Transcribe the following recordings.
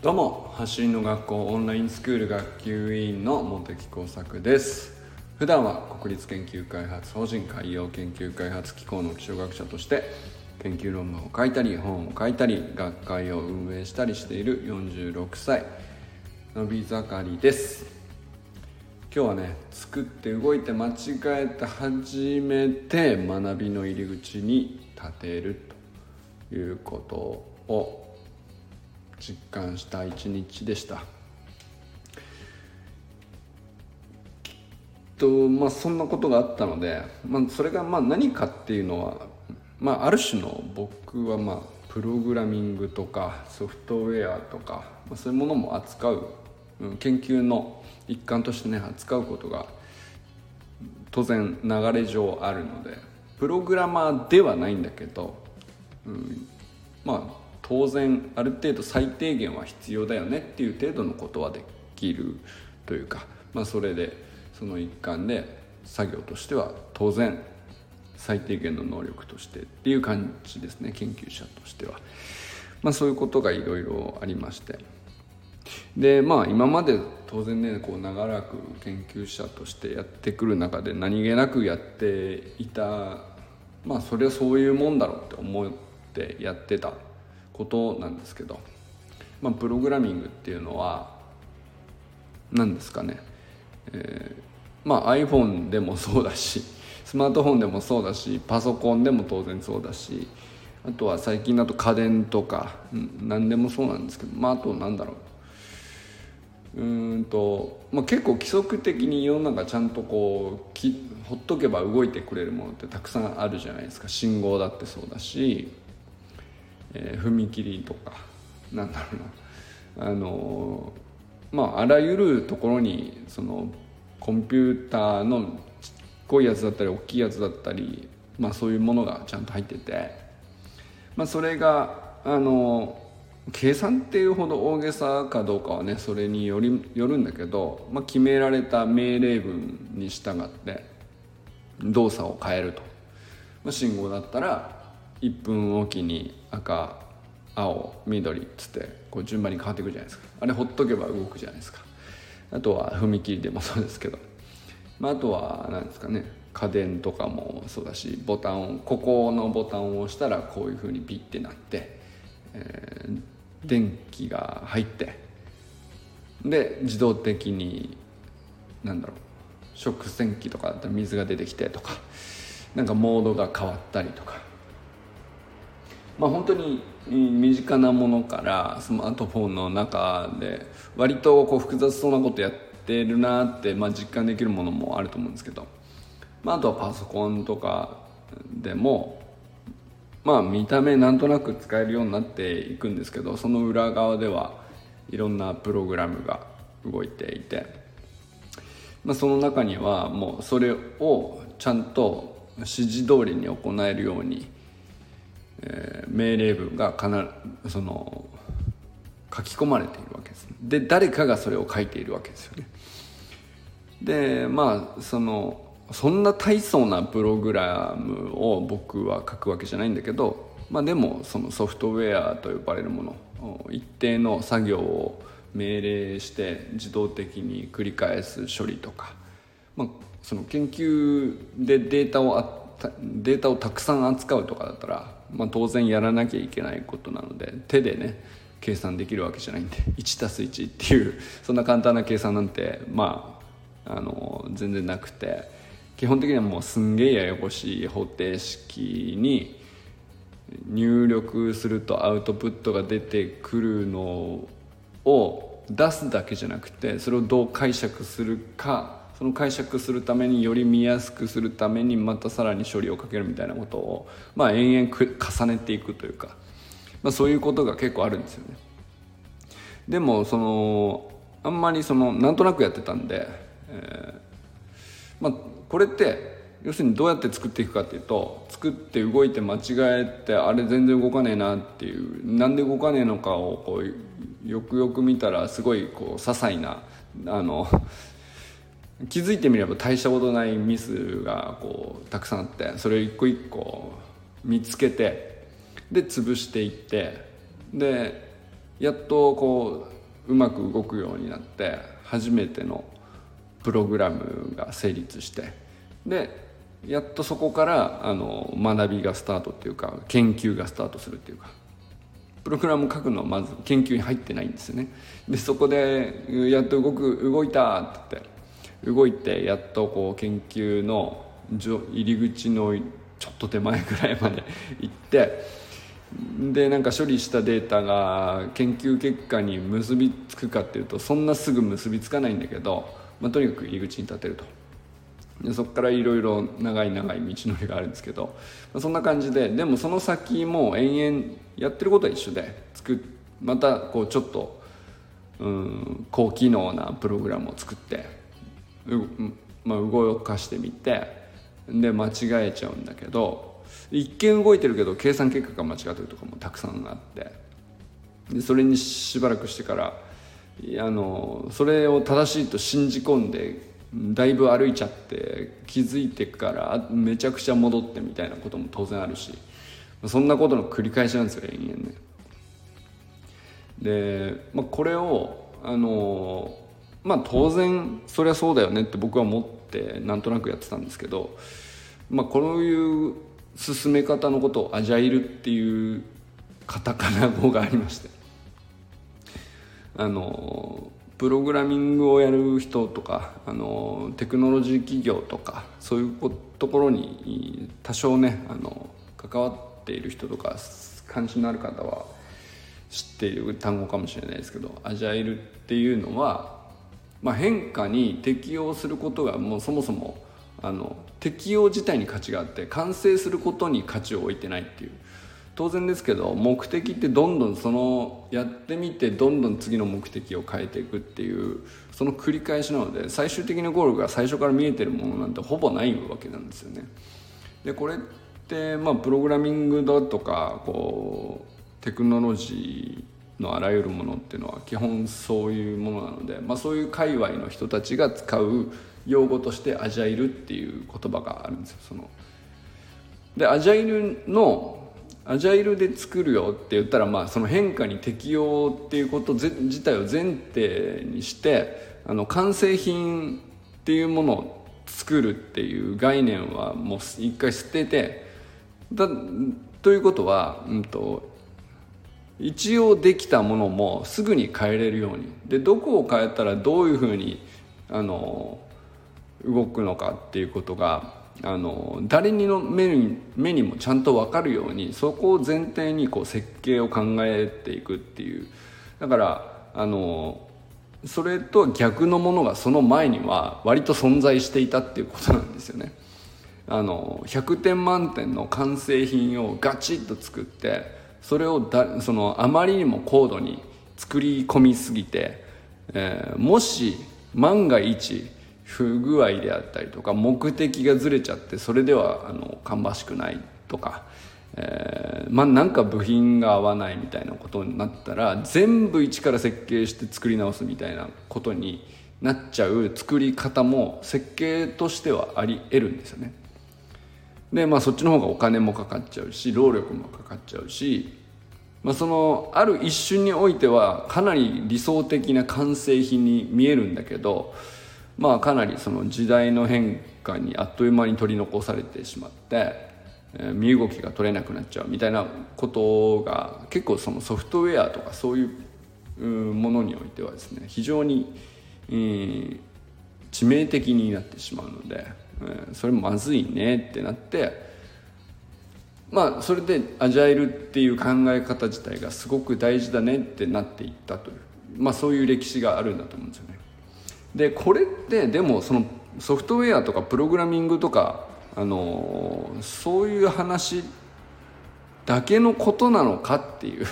どうも、走りの学校オンラインスクール学級委員の茂木耕作です。普段は国立研究開発法人海洋研究開発機構の気象学者として研究論文を書いたり本を書いたり学会を運営したりしている46歳のび盛りです。今日はね、作って動いて間違えて初めて学びの入り口に立てるということを実感した一日でした。そんなことがあったので、それが何かっていうのは、ある種の僕はプログラミングとかソフトウェアとか、そういうものも扱う研究の一環としてね扱うことが当然流れ上あるので、プログラマーではないんだけど、当然ある程度最低限は必要だよねっていう程度のことはできるというか、それでその一環で作業としては当然最低限の能力としてっていう感じですね。研究者としてはそういうことがいろいろありまして、で今まで当然ね長らく研究者としてやってくる中で何気なくやっていた、それはそういうもんだろうって思ってやってたことなんですけど、プログラミングっていうのは何ですかね、iPhone でもそうだしスマートフォンでもそうだしパソコンでも当然そうだし、あとは最近だと家電とか、何でもそうなんですけど、あと結構規則的に世の中ちゃんとほっとけば動いてくれるものってたくさんあるじゃないですか。信号だってそうだし、踏切とかあらゆるところにそのコンピューターのちっこいやつだったり大きいやつだったり、そういうものがちゃんと入ってて、それが計算っていうほど大げさかどうかはねそれによるんだけど、決められた命令文に従って動作を変えると、信号だったら1分おきに赤青緑っつって順番に変わっていくじゃないですか。あれほっとけば動くじゃないですか。あとは踏切でもそうですけど、あとは何ですかね、家電とかもそうだし、ここのボタンを押したらこういう風にピッてなって、電気が入ってで自動的に食洗機とかだったら水が出てきてとか、モードが変わったりとか、本当に身近なものからスマートフォンの中で割と複雑そうなことやってるなって実感できるものもあると思うんですけど、あとはパソコンとかでも見た目なんとなく使えるようになっていくんですけど、その裏側ではいろんなプログラムが動いていて、その中にはもうそれをちゃんと指示通りに行えるように命令文が書き込まれているわけです。で誰かがそれを書いているわけですよね。でそんな大層なプログラムを僕は書くわけじゃないんだけど、でもそのソフトウェアと呼ばれるもの、一定の作業を命令して自動的に繰り返す処理とか、その研究でデータをたくさん扱うとかだったら、当然やらなきゃいけないことなので手でね計算できるわけじゃないんで 1+1 っていうそんな簡単な計算なんて全然なくて、基本的にはもうすんげえややこしい方程式に入力するとアウトプットが出てくるのを出すだけじゃなくて、それをどう解釈するか、その解釈するためにより見やすくするためにまたさらに処理をかけるみたいなことを延々重ねていくというか、そういうことが結構あるんですよね。でもあんまりなんとなくやってたんで、これって要するにどうやって作っていくかっていうと、作って動いて間違えてあれ全然動かねえなっていう、なんで動かねえのかをよくよく見たらすごい些細な気づいてみれば大したことないミスがたくさんあって、それを一個一個見つけてで潰していって、でやっとこううまく動くようになって初めてのプログラムが成立して、でやっとそこから学びがスタートっていうか研究がスタートするっていうか、プログラム書くのはまず研究に入ってないんですよね。でそこでやっと動いたって言って動いて、やっとこう研究の入り口のちょっと手前ぐらいまで行って、でなんか処理したデータが研究結果に結びつくかっていうとそんなすぐ結びつかないんだけど、とにかく入り口に立てると。でそこからいろいろ長い道のりがあるんですけど、そんな感じで、でもその先も延々やってることは一緒で、またこうちょっと高機能なプログラムを作って動かしてみて、で間違えちゃうんだけど、一見動いてるけど計算結果が間違ってるとかもたくさんあって、でそれにしばらくしてからそれを正しいと信じ込んでだいぶ歩いちゃって気づいてからめちゃくちゃ戻ってみたいなことも当然あるし、そんなことの繰り返しなんですよ、延々ね。で、これを当然そりゃそうだよねって僕は思ってなんとなくやってたんですけど、こういう進め方のことをアジャイルっていうカタカナ語がありまして、プログラミングをやる人とかテクノロジー企業とかそういうところに多少ね関わっている人とか関心のある方は知っている単語かもしれないですけど、アジャイルっていうのは、変化に適応することがもうそもそも適応自体に価値があって完成することに価値を置いてないっていう、当然ですけど目的ってどんどんやってみてどんどん次の目的を変えていくっていうその繰り返しなので、最終的なゴールが最初から見えてるものなんてほぼないわけなんですよね。でこれってプログラミングだとかこうテクノロジーのあらゆるものっていうのは基本そういうものなので、そういう界隈の人たちが使う用語としてアジャイルっていう言葉があるんですよ。でアジャイルで作るよって言ったら、その変化に適応っていうこと自体を前提にして完成品っていうものを作るっていう概念はもう一回捨ててということは、一応できたものもすぐに変えれるようにで、どこを変えたらどういうふうに動くのかっていうことが誰の目にもちゃんと分かるように、そこを前提にこう設計を考えていくっていう。だからそれと逆のものがその前には割と存在していたっていうことなんですよね。100点満点の完成品をガチッと作って、それをあまりにも高度に作り込みすぎて、もし万が一不具合であったりとか目的がずれちゃってそれでは芳しくないとか、なんか部品が合わないみたいなことになったら全部一から設計して作り直すみたいなことになっちゃう作り方も設計としてはあり得るんですよね。でそっちの方がお金もかかっちゃうし労力もかかっちゃうし、ある一瞬においてはかなり理想的な完成品に見えるんだけど、かなりその時代の変化にあっという間に取り残されてしまって、身動きが取れなくなっちゃうみたいなことが結構そのソフトウェアとかそういうものにおいてはですね非常に、致命的になってしまうので、それまずいねってなって、それでアジャイルっていう考え方自体がすごく大事だねってなっていったという、そういう歴史があるんだと思うんですよね。でこれってでもそのソフトウェアとかプログラミングとかそういう話だけのことなのかっていう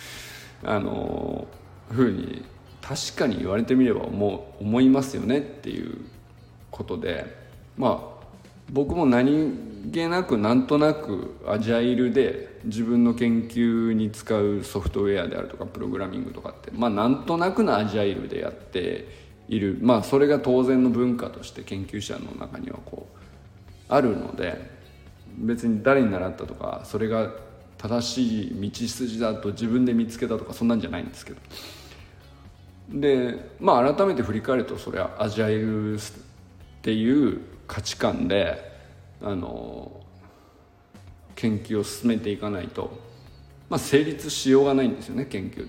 ふうに確かに言われてみれば思いますよねっていうことで、僕も何気なくなんとなくアジャイルで自分の研究に使うソフトウェアであるとかプログラミングとかってなんとなくのアジャイルでやっている、それが当然の文化として研究者の中にはこうあるので、別に誰に習ったとかそれが正しい道筋だと自分で見つけたとかそんなんじゃないんですけど、で改めて振り返るとそれはアジャイルっていう価値観で研究を進めていかないと、成立しようがないんですよね、研究って。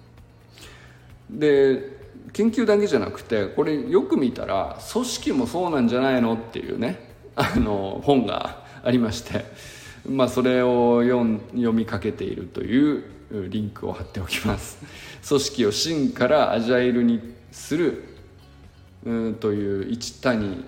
で研究だけじゃなくて、これよく見たら組織もそうなんじゃないのっていうね本がありまして、それを読みかけているというリンクを貼っておきます。組織を真からアジャイルにするという一谷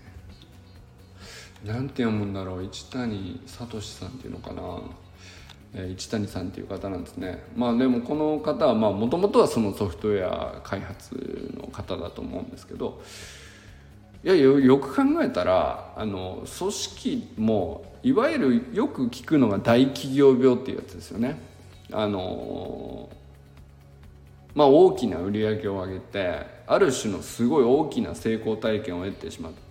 なんて読むんだろう、一谷聡さんっていうのかな、一谷さんっていう方なんですね。でもこの方はもともとはそのソフトウェア開発の方だと思うんですけど、よく考えたら組織もいわゆるよく聞くのが大企業病っていうやつですよね。大きな売り上げを上げてある種のすごい大きな成功体験を得てしまって、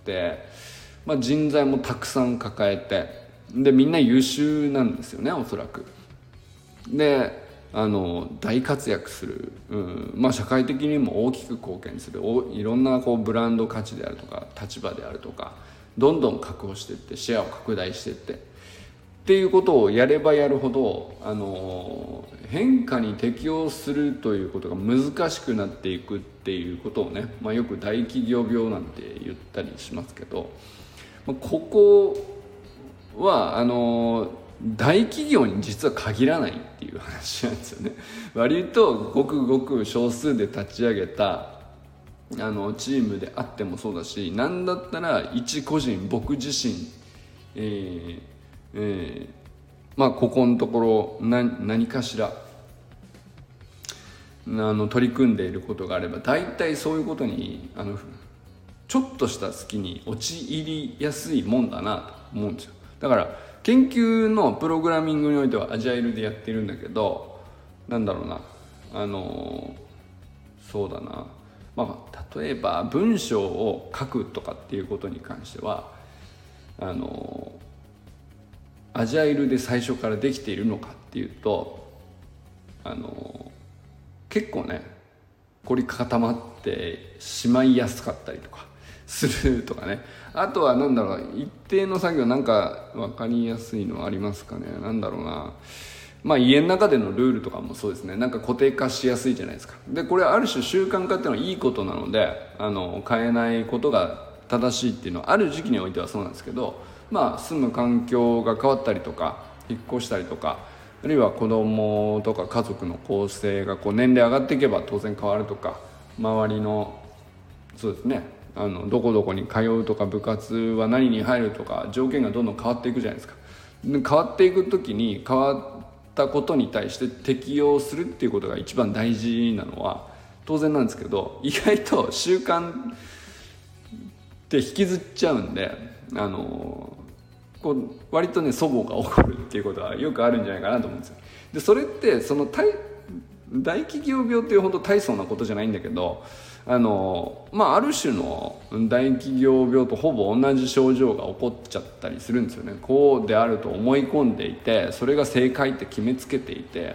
人材もたくさん抱えて、でみんな優秀なんですよね、おそらく。で大活躍する、社会的にも大きく貢献するいろんなブランド価値であるとか立場であるとかどんどん確保していって、シェアを拡大していってっていうことをやればやるほど変化に適応するということが難しくなっていくっていうことをね、よく大企業病なんて言ったりしますけど、ここは大企業に実は限らないっていう話なんですよね。割とごくごく少数で立ち上げたチームであってもそうだし、なんだったら一個人僕自身、ここのところ何かしら取り組んでいることがあれば、大体そういうことにちょっとした隙に陥りやすいもんだなと思うんですよ。だから研究のプログラミングにおいてはアジャイルでやってるんだけど、そうだな、例えば文章を書くとかっていうことに関してはアジャイルで最初からできているのかっていうと結構ね凝り固まってしまいやすかったりとかするとかね。あとは一定の作業分かりやすいのはありますかね。家の中でのルールとかもそうですね。固定化しやすいじゃないですか。でこれはある種習慣化っていうのはいいことなので変えないことが正しいっていうのはある時期においてはそうなんですけど、住む環境が変わったりとか引っ越したりとか、あるいは子供とか家族の構成が年齢上がっていけば当然変わるとか、周りのそうですねどこどこに通うとか部活は何に入るとか条件がどんどん変わっていくじゃないですか。で変わっていく時に変わったことに対して適応するっていうことが一番大事なのは当然なんですけど、意外と習慣って引きずっちゃうんで割とね齟齬が起こるっていうことはよくあるんじゃないかなと思うんですよ。でそれって大企業病っていうほど大層なことじゃないんだけどある種の大企業病とほぼ同じ症状が起こっちゃったりするんですよね。こうであると思い込んでいて、それが正解って決めつけていて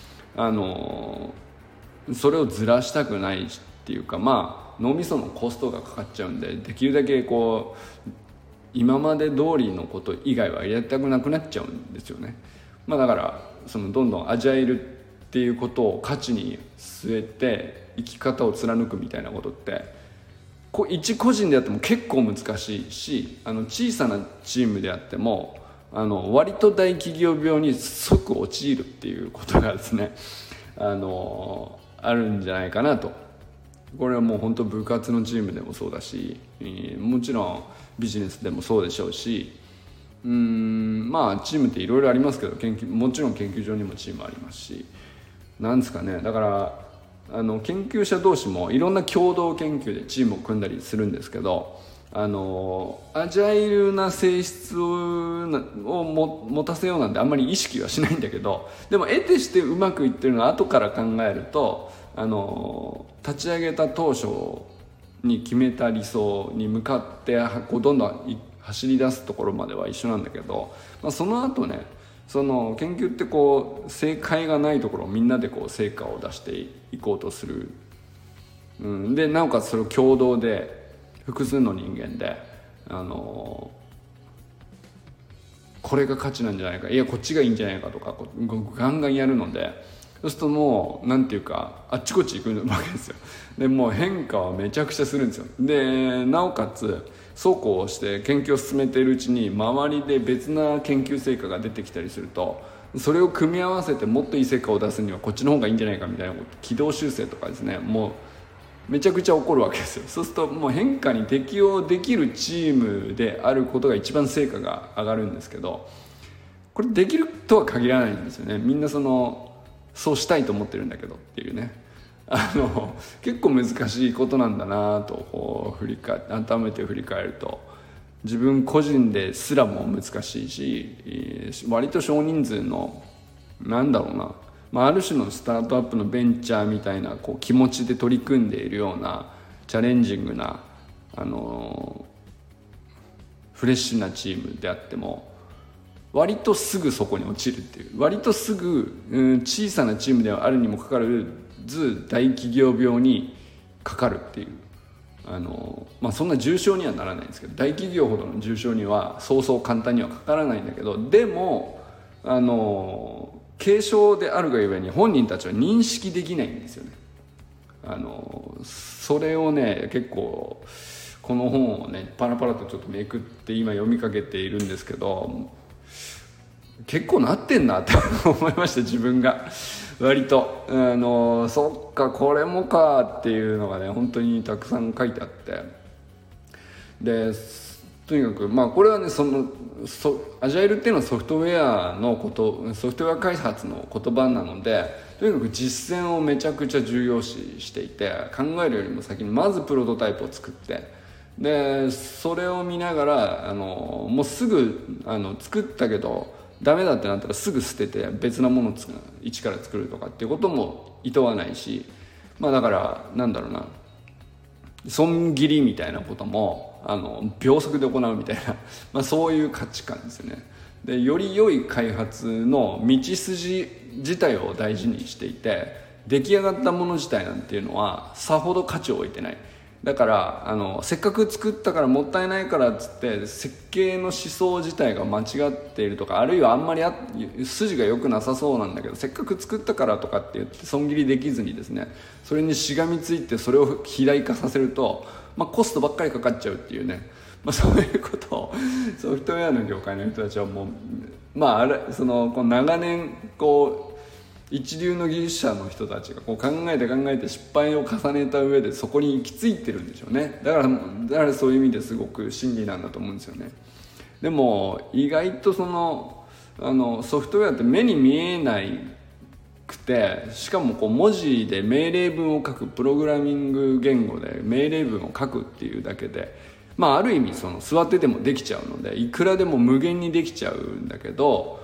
それをずらしたくないっていうか脳みそのコストがかかっちゃうんで、できるだけ今まで通りのこと以外はやりたくなくなっちゃうんですよね。だからどんどんアジャイルっていうことを価値に据えて生き方を貫くみたいなことって一個人でやっても結構難しいし、小さなチームであっても割と大企業病に即陥るっていうことがですねあるんじゃないかなと。これはもう本当部活のチームでもそうだし、もちろんビジネスでもそうでしょうし、チームっていろいろありますけどもちろん研究所にもチームありますし、なんですかね、だから研究者同士もいろんな共同研究でチームを組んだりするんですけど、アジャイルな性質を持たせようなんてあんまり意識はしないんだけど、でも得てしてうまくいってるのは後から考えると立ち上げた当初に決めた理想に向かってどんどん走り出すところまでは一緒なんだけど、その後ねその研究ってこう正解がないところをみんなでこう成果を出していこうとする、でなおかつそれを共同で複数の人間でこれが価値なんじゃないか、いやこっちがいいんじゃないかとかガンガンやるので、そうするともうなんていうかあっちこっち行くわけですよ。でもう変化はめちゃくちゃするんですよ。でなおかつそうこうして研究を進めているうちに周りで別な研究成果が出てきたりすると、それを組み合わせてもっといい成果を出すにはこっちの方がいいんじゃないかみたいな軌道修正とかですね、もうめちゃくちゃ起こるわけですよ。そうするともう変化に適応できるチームであることが一番成果が上がるんですけど、これできるとは限らないんですよね。みんなそうしたいと思ってるんだけどっていうね、結構難しいことなんだなとこう改めて振り返ると、自分個人ですらも難しいし、割と少人数のなんだろうな、ある種のスタートアップのベンチャーみたいなこう気持ちで取り組んでいるようなチャレンジングなフレッシュなチームであっても割とすぐそこに落ちるっていう、割とすぐ、小さなチームではあるにもかかわらず大企業病にかかるっていう、そんな重症にはならないんですけど、大企業ほどの重症にはそうそう簡単にはかからないんだけど、でも軽症であるがゆえに本人たちは認識できないんですよね。それをね結構この本をねパラパラとちょっとめくって今読みかけているんですけど、結構なってんなって思いました。自分が割とそっかこれもかっていうのがね本当にたくさん書いてあって、でとにかくこれはねアジャイルっていうのはソフトウェア開発の言葉なので、とにかく実践をめちゃくちゃ重要視していて、考えるよりも先にまずプロトタイプを作って、でそれを見ながらもうすぐ作ったけどダメだってなったらすぐ捨てて別なものを一から作るとかっていうこともいとわないし、だからなんだろうな、損切りみたいなことも秒速で行うみたいな、そういう価値観ですよね。でより良い開発の道筋自体を大事にしていて、出来上がったもの自体なんていうのはさほど価値を置いてない。だからせっかく作ったからもったいないからっつって設計の思想自体が間違っているとか、あるいはあんまり筋が良くなさそうなんだけどせっかく作ったからとかって言って損切りできずにですね、それにしがみついてそれを肥大化させると、コストばっかりかかっちゃうっていうね、そういうことをソフトウェアの業界の人たちはもうこう長年こう一流の技術者の人たちがこう考えて失敗を重ねた上でそこに行き着いてるんでしょうね。だからそういう意味ですごく真理なんだと思うんですよね。でも意外とソフトウェアって目に見えないくて、しかもこう文字で命令文を書く、プログラミング言語で命令文を書くっていうだけで、ある意味座っててもできちゃうのでいくらでも無限にできちゃうんだけど、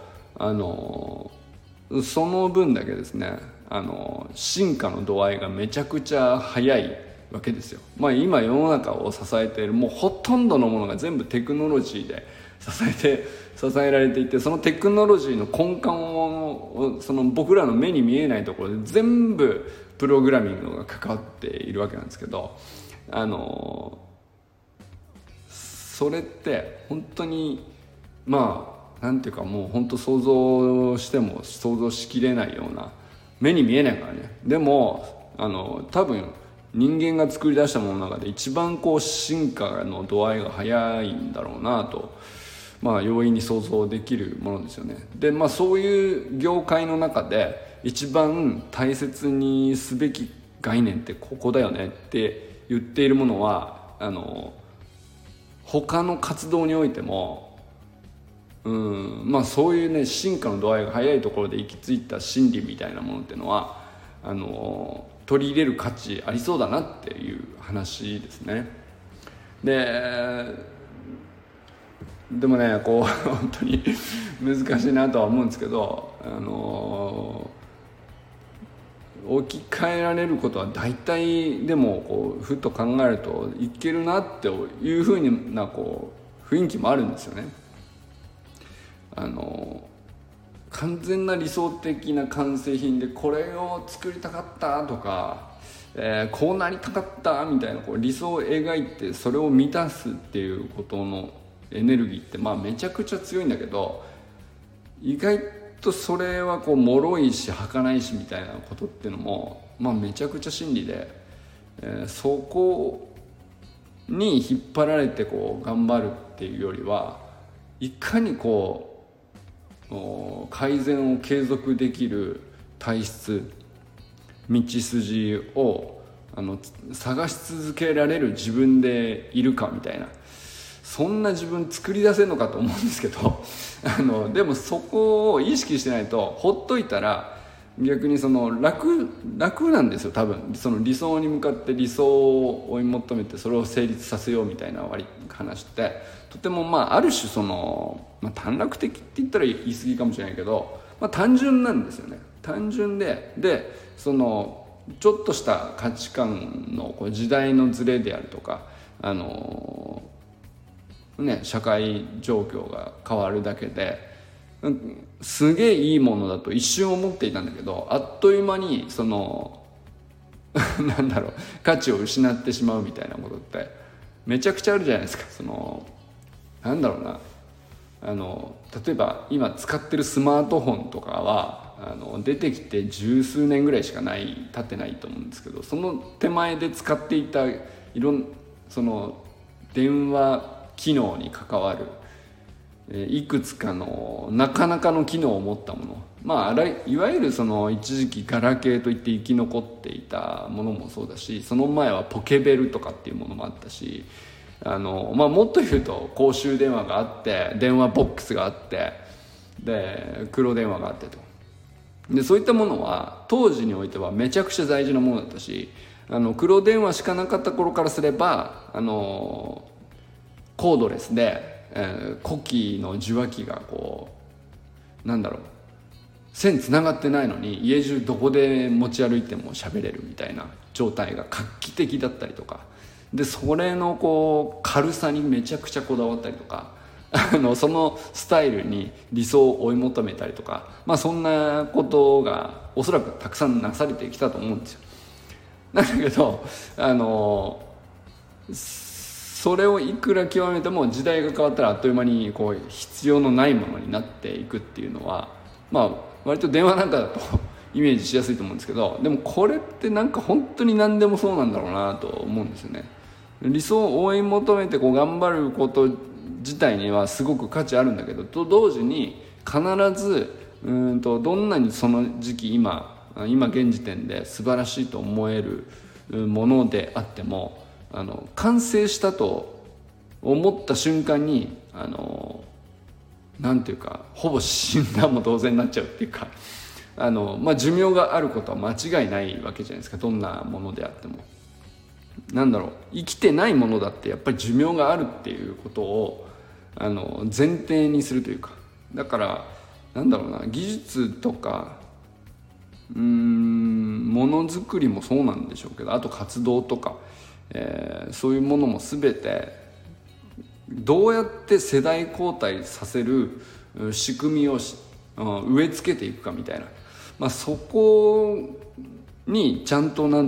その分だけですね進化の度合いがめちゃくちゃ早いわけですよ。今世の中を支えているもうほとんどのものが全部テクノロジーで支えられていて、そのテクノロジーの根幹を僕らの目に見えないところで全部プログラミングが関わっているわけなんですけど、それって本当になんていうかもう本当想像しても想像しきれないような、目に見えないからね。でも多分人間が作り出したものの中で一番こう進化の度合いが早いんだろうなと、容易に想像できるものですよね。でそういう業界の中で一番大切にすべき概念ってここだよねって言っているものは他の活動においてもそういうね進化の度合いが早いところで行き着いた心理みたいなものっていうのは取り入れる価値ありそうだなっていう話ですね。でもねこう本当に難しいなとは思うんですけど、置き換えられることは大体でもこうふっと考えるといけるなっていうふうなこう雰囲気もあるんですよね。 完全な理想的な完成品でこれを作りたかったとか、こうなりたかったみたいな理想を描いてそれを満たすっていうことのエネルギーってめちゃくちゃ強いんだけど、意外とそれは脆いし儚いしみたいなことっていうのもめちゃくちゃ真理で、そこに引っ張られて頑張るっていうよりはいかに改善を継続できる体質道筋を探し続けられる自分でいるかみたいな、そんな自分作り出せるのかと思うんですけどでもそこを意識してないとほっといたら逆に楽なんですよ。多分その理想に向かって理想を追い求めてそれを成立させようみたいな話ってとてもある種短絡的って言ったら言い過ぎかもしれないけど、単純なんですよね。単純でちょっとした価値観の時代のズレであるとか社会状況が変わるだけですげえいいものだと一瞬思っていたんだけど、あっという間に価値を失ってしまうみたいなことってめちゃくちゃあるじゃないですか。例えば今使ってるスマートフォンとかは出てきて十数年ぐらいしか経ってないと思うんですけど、その手前で使っていた電話機能に関わるいくつかのなかなかの機能を持ったもの、いわゆる一時期ガラケーといって生き残っていたものもそうだし、その前はポケベルとかっていうものもあったし、もっと言うと公衆電話があって電話ボックスがあってで黒電話があってと、でそういったものは当時においてはめちゃくちゃ大事なものだったし、黒電話しかなかった頃からすればコードレスで、呼気の受話器が線つながってないのに家中どこで持ち歩いても喋れるみたいな状態が画期的だったりとかで、それの軽さにめちゃくちゃこだわったりとかそのスタイルに理想を追い求めたりとか、そんなことがおそらくたくさんなされてきたと思うんですよ。なんだけどそれをいくら極めても時代が変わったらあっという間に必要のないものになっていくっていうのは割と電話なんかだとイメージしやすいと思うんですけど、でもこれって本当に何でもそうなんだろうなと思うんですよね。理想を追い求めて頑張ること自体にはすごく価値あるんだけど、と同時に必ずどんなにその時期今現時点で素晴らしいと思えるものであっても完成したと思った瞬間になんていうかほぼ死んだも同然になっちゃうっていうか寿命があることは間違いないわけじゃないですか。どんなものであっても生きてないものだってやっぱり寿命があるっていうことを前提にするというか、だから技術とかものづくりもそうなんでしょうけど、あと活動とか、そういうものも全てどうやって世代交代させる仕組みを植え付けていくかみたいな、そこにちゃんと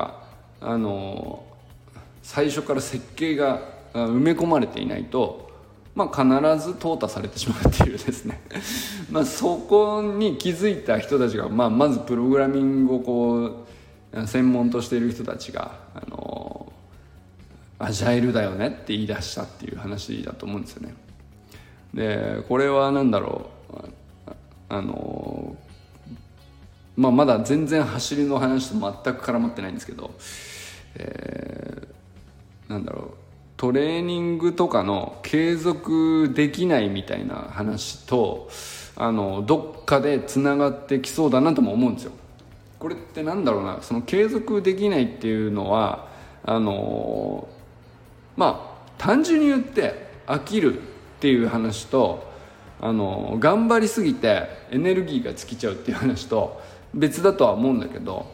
最初から設計が埋め込まれていないと、必ず淘汰されてしまうっていうですねそこに気づいた人たちが、まずプログラミングを専門としている人たちがアジャイルだよねって言い出したっていう話だと思うんですよね。でこれはまだ全然走りの話と全く絡まってないんですけど、トレーニングとかの継続できないみたいな話とどっかでつながってきそうだなとも思うんですよ。これってその継続できないっていうのは単純に言って飽きるっていう話と頑張りすぎてエネルギーが尽きちゃうっていう話と別だとは思うんだけど、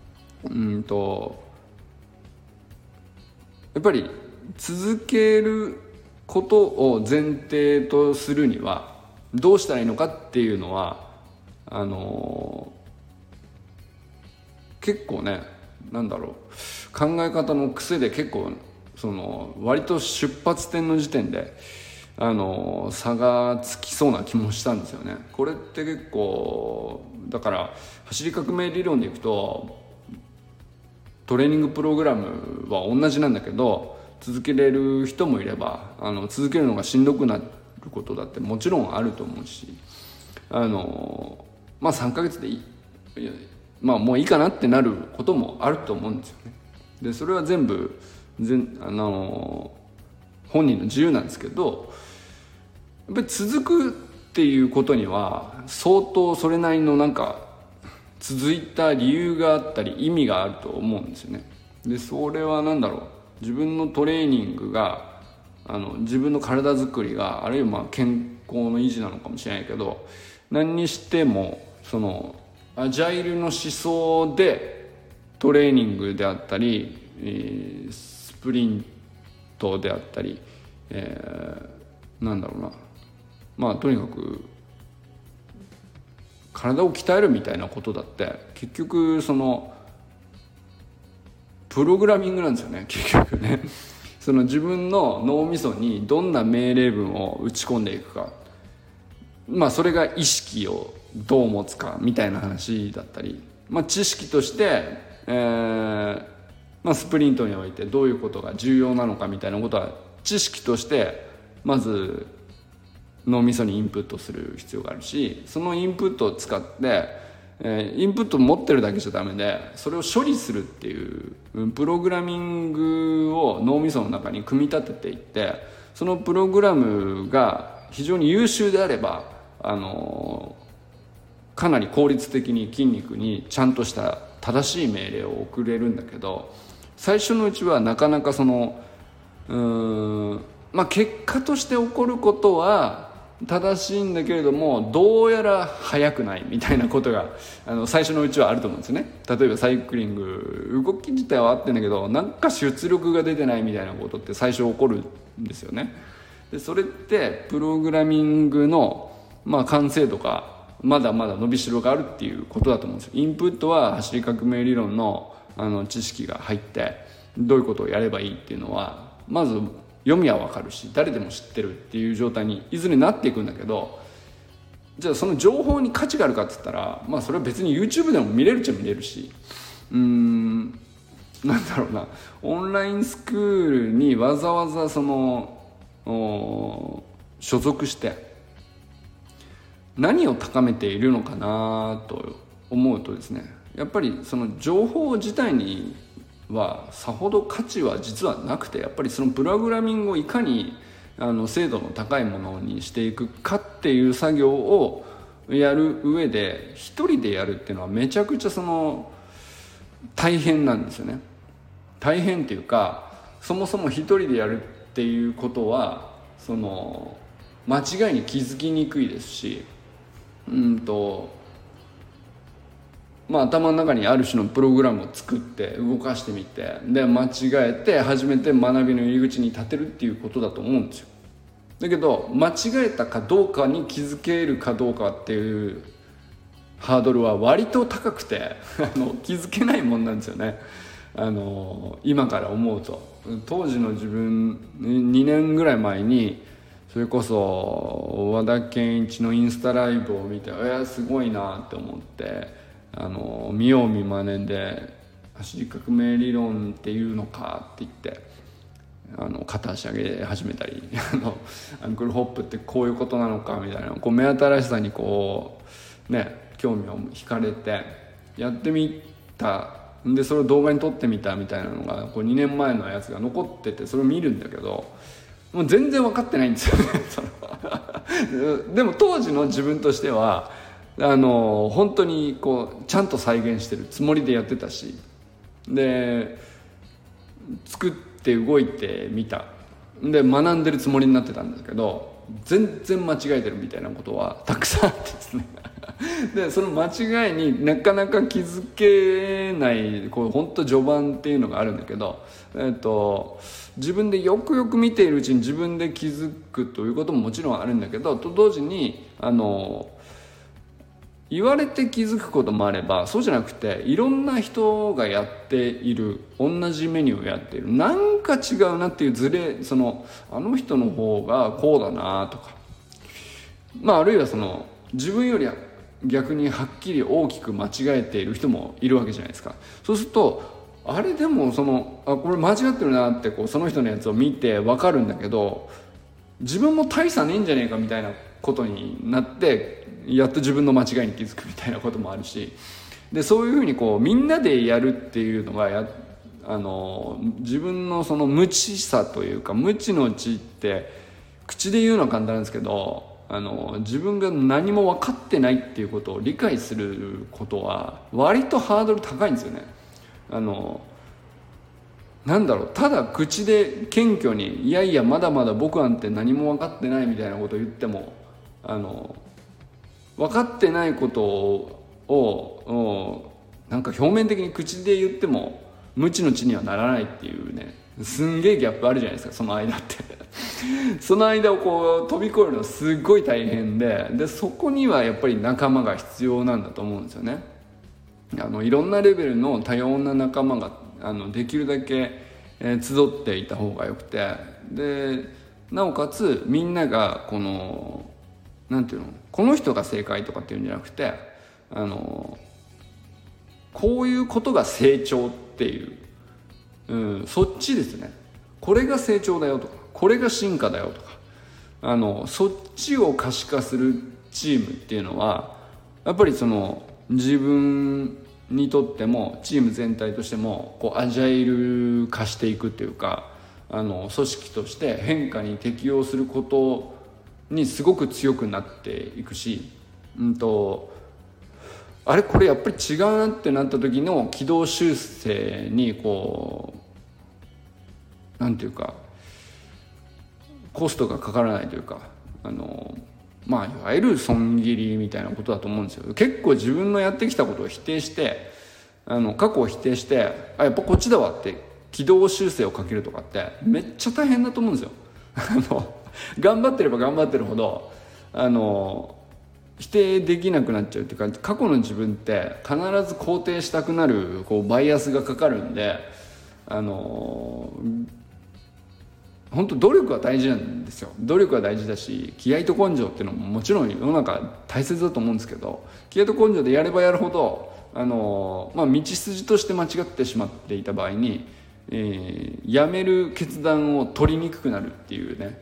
やっぱり続けることを前提とするにはどうしたらいいのかっていうのは結構ね、なんだろう、考え方の癖で結構割と出発点の時点で差がつきそうな気もしたんですよね。これって結構だから走り革命理論でいくとトレーニングプログラムは同じなんだけど、続けれる人もいれば続けるのがしんどくなることだってもちろんあると思うし、3ヶ月でもういいかなってなることもあると思うんですよね。でそれは全部本人の自由なんですけど、やっぱり続くっていうことには相当それなりの続いた理由があったり意味があると思うんですよね。でそれは自分のトレーニングが自分の体作りが、あるいは健康の維持なのかもしれないけど、何にしてもアジャイルの思想でトレーニングであったり、スプリントであったり、とにかく体を鍛えるみたいなことだって結局プログラミングなんですよね。結局ね自分の脳みそにどんな命令文を打ち込んでいくか、それが意識をどう持つかみたいな話だったり、知識として、スプリントにおいてどういうことが重要なのかみたいなことは知識としてまず脳みそにインプットする必要があるし、そのインプットを使ってインプットを持ってるだけじゃダメで、それを処理するっていうプログラミングを脳みその中に組み立てていって、そのプログラムが非常に優秀であればかなり効率的に筋肉にちゃんとした正しい命令を送れるんだけど、最初のうちはなかなか結果として起こることは正しいんだけれども、どうやら速くないみたいなことが最初のうちはあると思うんですよね。例えばサイクリング、動き自体は合ってんだけど出力が出てないみたいなことって最初起こるんですよね。でそれってプログラミングの完成度がまだまだ伸びしろがあるっていうことだと思うんですよ。インプットは走り革命理論の知識が入ってどういうことをやればいいっていうのはまず読みは分かるし誰でも知ってるっていう状態にいずれなっていくんだけど、じゃあその情報に価値があるかって言ったらそれは別に YouTube でも見れるっちゃ見れるし、オンラインスクールにわざわざ所属して何を高めているのかなと思うとですね、やっぱりその情報自体にはさほど価値は実はなくて、やっぱりそのプログラミングをいかに精度の高いものにしていくかっていう作業をやる上で一人でやるっていうのはめちゃくちゃ大変なんですよね。大変っていうか、そもそも一人でやるっていうことは間違いに気づきにくいですし、頭の中にある種のプログラムを作って動かしてみて、で間違えて初めて学びの入り口に立てるっていうことだと思うんですよ。だけど間違えたかどうかに気づけるかどうかっていうハードルは割と高くて気づけないもんなんですよね。今から思うと、当時の自分2年ぐらい前にそれこそ和田健一のインスタライブを見てすごいなって思って、見よう見まねで走り革命理論っていうのかって言って片足上げ始めたりアンクルホップってこういうことなのかみたいな目新しさに興味を惹かれてやってみたんで、それを動画に撮ってみたみたいなのが2年前のやつが残ってて、それを見るんだけどもう全然分かってないんですよねでも当時の自分としては本当にちゃんと再現してるつもりでやってたし、で作って動いてみたで学んでるつもりになってたんですけど、全然間違えてるみたいなことはたくさんあってですねでその間違いになかなか気づけない本当序盤っていうのがあるんだけど、自分でよくよく見ているうちに自分で気づくということももちろんあるんだけど、と同時に言われて気づくこともあれば、そうじゃなくていろんな人がやっている同じメニューをやっている、なんか違うなっていうズレ、あの人の方がこうだなとか、あるいは自分より逆にはっきり大きく間違えている人もいるわけじゃないですか。そうするとあれでもこれ間違ってるなってその人のやつを見て分かるんだけど、自分も大差ねえんじゃねえかみたいなことになってやっと自分の間違いに気づくみたいなこともあるし、でそういうふうにみんなでやるっていうのが自分の無知さというか、無知の知って口で言うのは簡単なんですけど、自分が何も分かってないっていうことを理解することは割とハードル高いんですよね。ただ口で謙虚にいやいやまだまだ僕なんて何も分かってないみたいなことを言っても、分かってないことをなんか表面的に口で言っても無知の知にはならないっていうね、すんげえギャップあるじゃないですか、その間ってその間を飛び越えるのすっごい大変で、そこにはやっぱり仲間が必要なんだと思うんですよね。いろんなレベルの多様な仲間ができるだけ、集っていた方がよくて、でなおかつみんながなんていうの、この人が正解とかっていうんじゃなくて、こういうことが成長っていう、そっちですね。これが成長だよとか、これが進化だよとか、そっちを可視化するチームっていうのはやっぱり自分にとってもチーム全体としてもアジャイル化していくっていうか、組織として変化に適応することにすごく強くなっていくし、あれこれやっぱり違うなってなった時の軌道修正になんていうかコストがかからないというか、いわゆる損切りみたいなことだと思うんですよ。結構自分のやってきたことを否定して過去を否定してやっぱこっちだわって軌道修正をかけるとかってめっちゃ大変だと思うんですよ頑張ってれば頑張ってるほど否定できなくなっちゃうっていうか、過去の自分って必ず肯定したくなるバイアスがかかるんで、本当努力は大事なんですよ。努力は大事だし、気合と根性っていうのももちろん世の中大切だと思うんですけど、気合と根性でやればやるほど道筋として間違ってしまっていた場合に、やめる決断を取りにくくなるっていうね、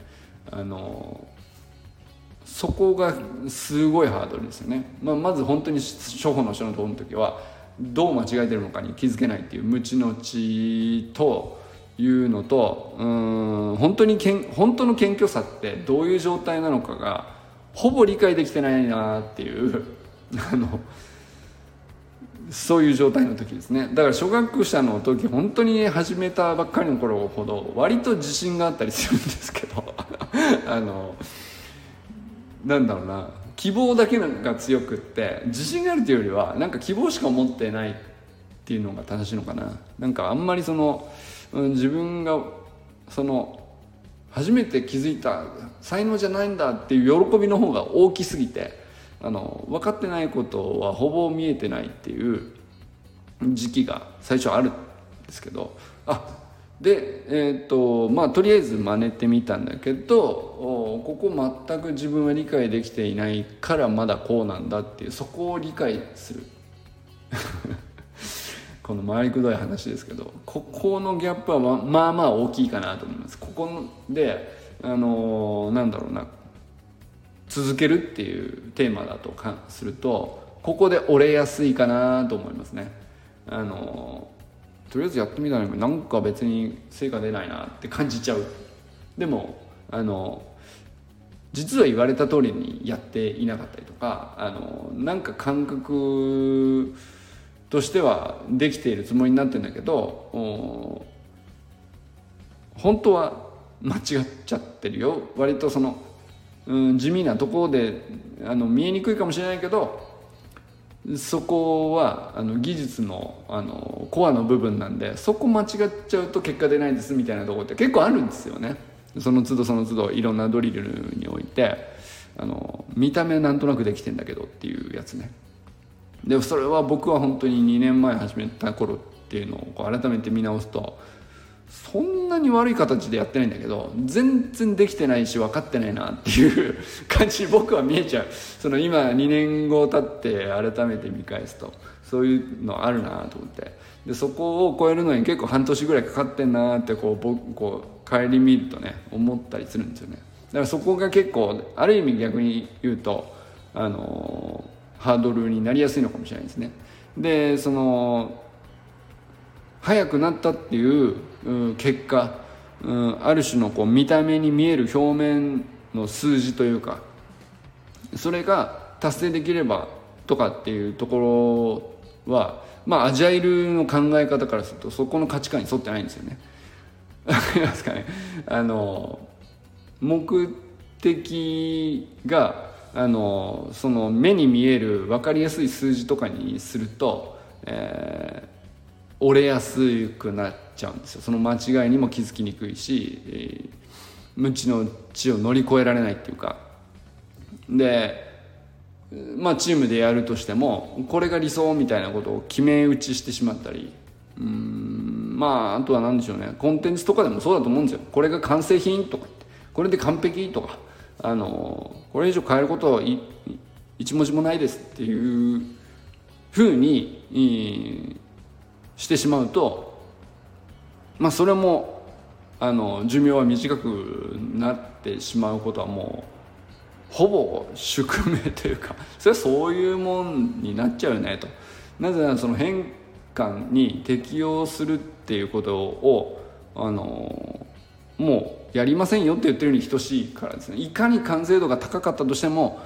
そこがすごいハードルですよね。まず本当に初歩の人のところの時はどう間違えてるのかに気づけないっていう無知の知というのと、本当の謙虚さってどういう状態なのかがほぼ理解できてないなっていうそういう状態の時ですね。だから初学者の時本当に始めたばっかりの頃ほど割と自信があったりするんですけどなんだろうな、希望だけが強くって自信があるというよりはなんか希望しか持ってないっていうのが正しいのかな。なんかあんまり自分が初めて気づいた才能じゃないんだっていう喜びの方が大きすぎて分かってないことはほぼ見えてないっていう時期が最初あるんですけど、でとりあえず真似てみたんだけど、ここ全く自分は理解できていないからまだこうなんだっていう、そこを理解するこの回りくどい話ですけど、ここのギャップはまあまあ大きいかなと思います。ここでなんだろうな、続けるっていうテーマだとするとここで折れやすいかなと思いますね。とりあえずやってみたのになんか別に成果出ないなって感じちゃう。でも実は言われた通りにやっていなかったりとか、なんか感覚としてはできているつもりになってるんだけど本当は間違っちゃってるよ。割と地味なところで見えにくいかもしれないけど、そこは技術のコアの部分なんで、そこ間違っちゃうと結果出ないですみたいなところって結構あるんですよね。その都度いろんなドリルにおいて見た目なんとなくできてんだけどっていうやつね。 でそれは僕は本当に2年前始めた頃っていうのをこう改めて見直すと、そんなに悪い形でやってないんだけど全然できてないし分かってないなっていう感じに僕は見えちゃう。その今2年後経って改めて見返すとそういうのあるなと思って、でそこを超えるのに結構半年ぐらいかかってんなってこう帰り見るとね思ったりするんですよね。だからそこが結構ある意味逆に言うとハードルになりやすいのかもしれないですね。でその速くなったっていう結果、ある種のこう見た目に見える表面の数字というか、それが達成できればとかっていうところはアジャイルの考え方からするとそこの価値観に沿ってないんですよね。わかりますかね。目的がその目に見える分かりやすい数字とかにすると、折れやすくなっちゃうんですよ。その間違いにも気づきにくいし、無知の知を乗り越えられないっていうかで、チームでやるとしてもこれが理想みたいなことを決め打ちしてしまったり、あとは何でしょうね、コンテンツとかでもそうだと思うんですよ。これが完成品とかこれで完璧とかこれ以上変えることは一文字もないですっていうふうにしてしまうと、それも寿命は短くなってしまうことはもうほぼ宿命というか、それはそういうもんになっちゃうよねと。なぜならその変化に適応するっていうことをもうやりませんよって言ってるに等しいからですね。いかに完成度が高かったとしても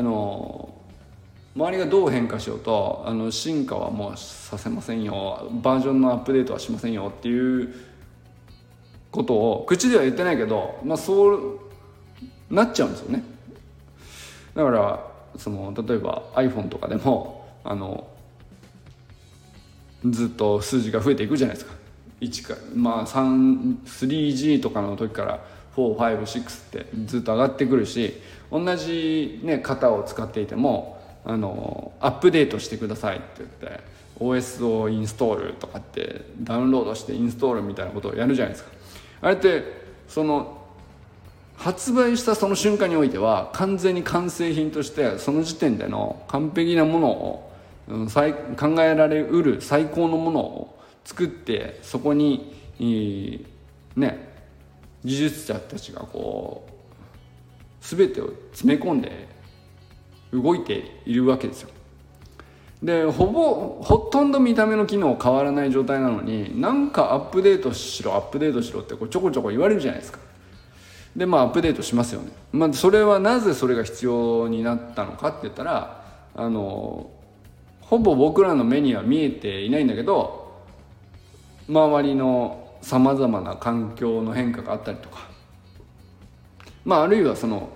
周りがどう変化しようと進化はもうさせませんよ、バージョンのアップデートはしませんよっていうことを口では言ってないけど、そうなっちゃうんですよね。だから例えば iPhone とかでもずっと数字が増えていくじゃないですか。3G とかの時から4、5、6ってずっと上がってくるし、同じ型を使っていてもアップデートしてくださいって言って OS をインストールとかってダウンロードしてインストールみたいなことをやるじゃないですか。あれってその発売したその瞬間においては完全に完成品としてその時点での完璧なものを考えられうる最高のものを作って、そこに技術者たちがこう全てを詰め込んで動いているわけですよ。でほとんど見た目の機能変わらない状態なのに、なんかアップデートしろってこうちょこちょこ言われるじゃないですか。でアップデートしますよね。それはなぜそれが必要になったのかって言ったらほぼ僕らの目には見えていないんだけど、周りのさまざまな環境の変化があったりとか、あるいは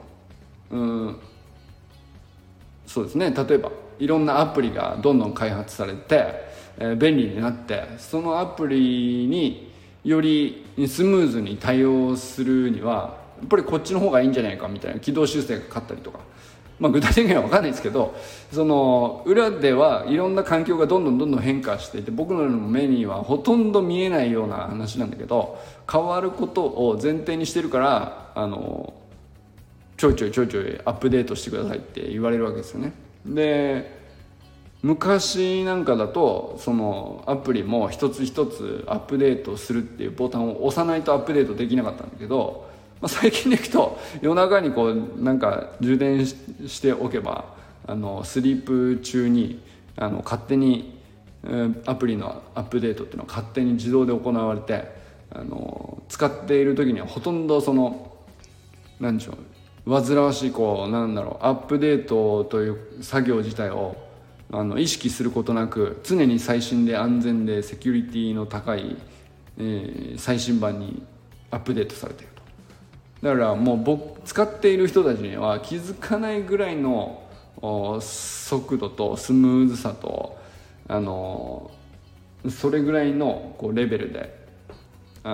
そうですね、例えばいろんなアプリがどんどん開発されて、便利になって、そのアプリによりスムーズに対応するにはやっぱりこっちの方がいいんじゃないかみたいな軌道修正がかかったりとか、具体的には分かんないですけど、その裏ではいろんな環境がどんどん変化していて、僕の目にはほとんど見えないような話なんだけど、変わることを前提にしてるからちょいちょいアップデートしてくださいって言われるわけですよね。で昔なんかだとそのアプリも一つ一つアップデートするっていうボタンを押さないとアップデートできなかったんだけど、最近でいくと夜中にこうなんか充電しておけばスリープ中に勝手にアプリのアップデートっていうのは勝手に自動で行われて使っている時にはほとんどその何でしょう、煩わしいアップデートという作業自体を意識することなく、常に最新で安全でセキュリティの高い、最新版にアップデートされていると。だからもう使っている人たちには気づかないぐらいの速度とスムーズさとそれぐらいのレベルでア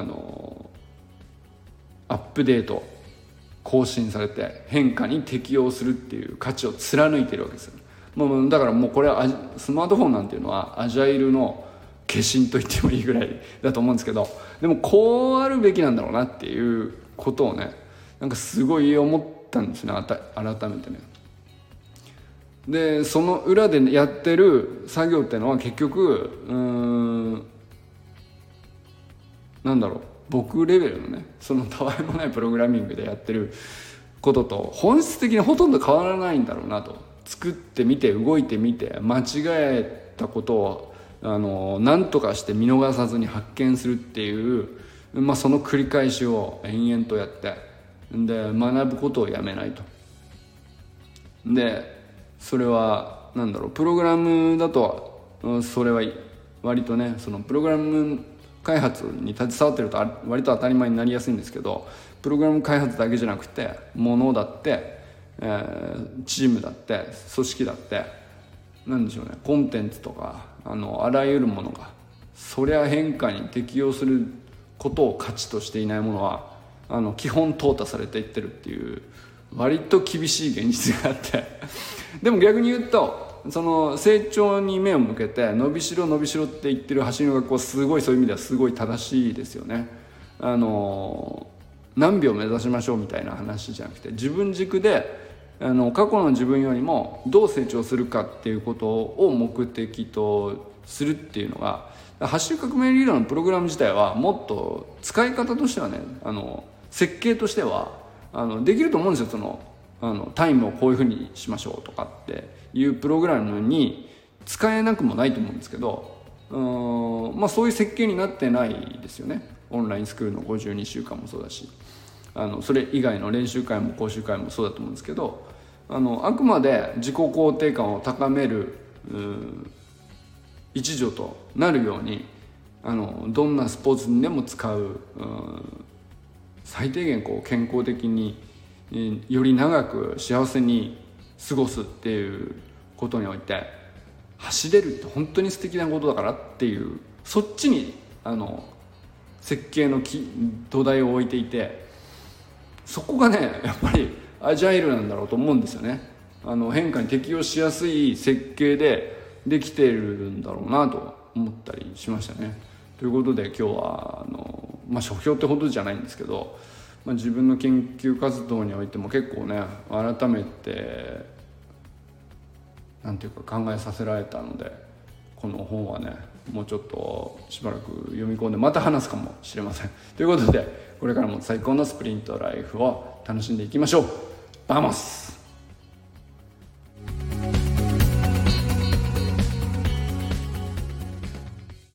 ップデート更新されて変化に適応するっていう価値を貫いてるわけですよ。 もうだからもうこれはスマートフォンなんていうのはアジャイルの化身と言ってもいいぐらいだと思うんですけど、でもこうあるべきなんだろうなっていうことをね、なんかすごい思ったんですね、改めてね。でその裏でやってる作業っていうのは結局なんだろう、僕レベルのね、そのたわいもないプログラミングでやってることと本質的にほとんど変わらないんだろうなと。作ってみて動いてみて間違えたことを何とかして見逃さずに発見するっていう、その繰り返しを延々とやって、で学ぶことをやめないと。でそれはなんだろう、プログラムだとそれは割とね、そのプログラム開発に携わってると割と当たり前になりやすいんですけど、プログラム開発だけじゃなくて物だって、チームだって組織だってなんでしょうね、コンテンツとかあらゆるものがそりゃ変化に適応することを価値としていないものは基本淘汰されていってるっていう割と厳しい現実があってでも逆に言うとその成長に目を向けて伸びしろ伸びしろって言ってる走りの学校、すごいそういう意味ではすごい正しいですよね。何秒目指しましょうみたいな話じゃなくて、自分軸で過去の自分よりもどう成長するかっていうことを目的とするっていうのが、走り革命リーダーのプログラム自体はもっと使い方としてはね、設計としてはできると思うんですよ。そのタイムをこういうふうにしましょうとかっていうプログラムに使えなくもないと思うんですけど、そういう設計になってないですよね。オンラインスクールの52週間もそうだし、それ以外の練習会も講習会もそうだと思うんですけど、あくまで自己肯定感を高める一助となるようにどんなスポーツにでも使う最低限こう健康的により長く幸せに過ごすっていうことにおいて、走れるって本当に素敵なことだからっていう、そっちに設計の土台を置いていて、そこがねやっぱりアジャイルなんだろうと思うんですよね。変化に適応しやすい設計でできているんだろうなと思ったりしましたね。ということで今日は書評ってほどじゃないんですけど、自分の研究活動においても結構ね改めてなんていうか考えさせられたので、この本はねもうちょっとしばらく読み込んでまた話すかもしれません。ということでこれからも最高のスプリントライフを楽しんでいきましょう。バモス。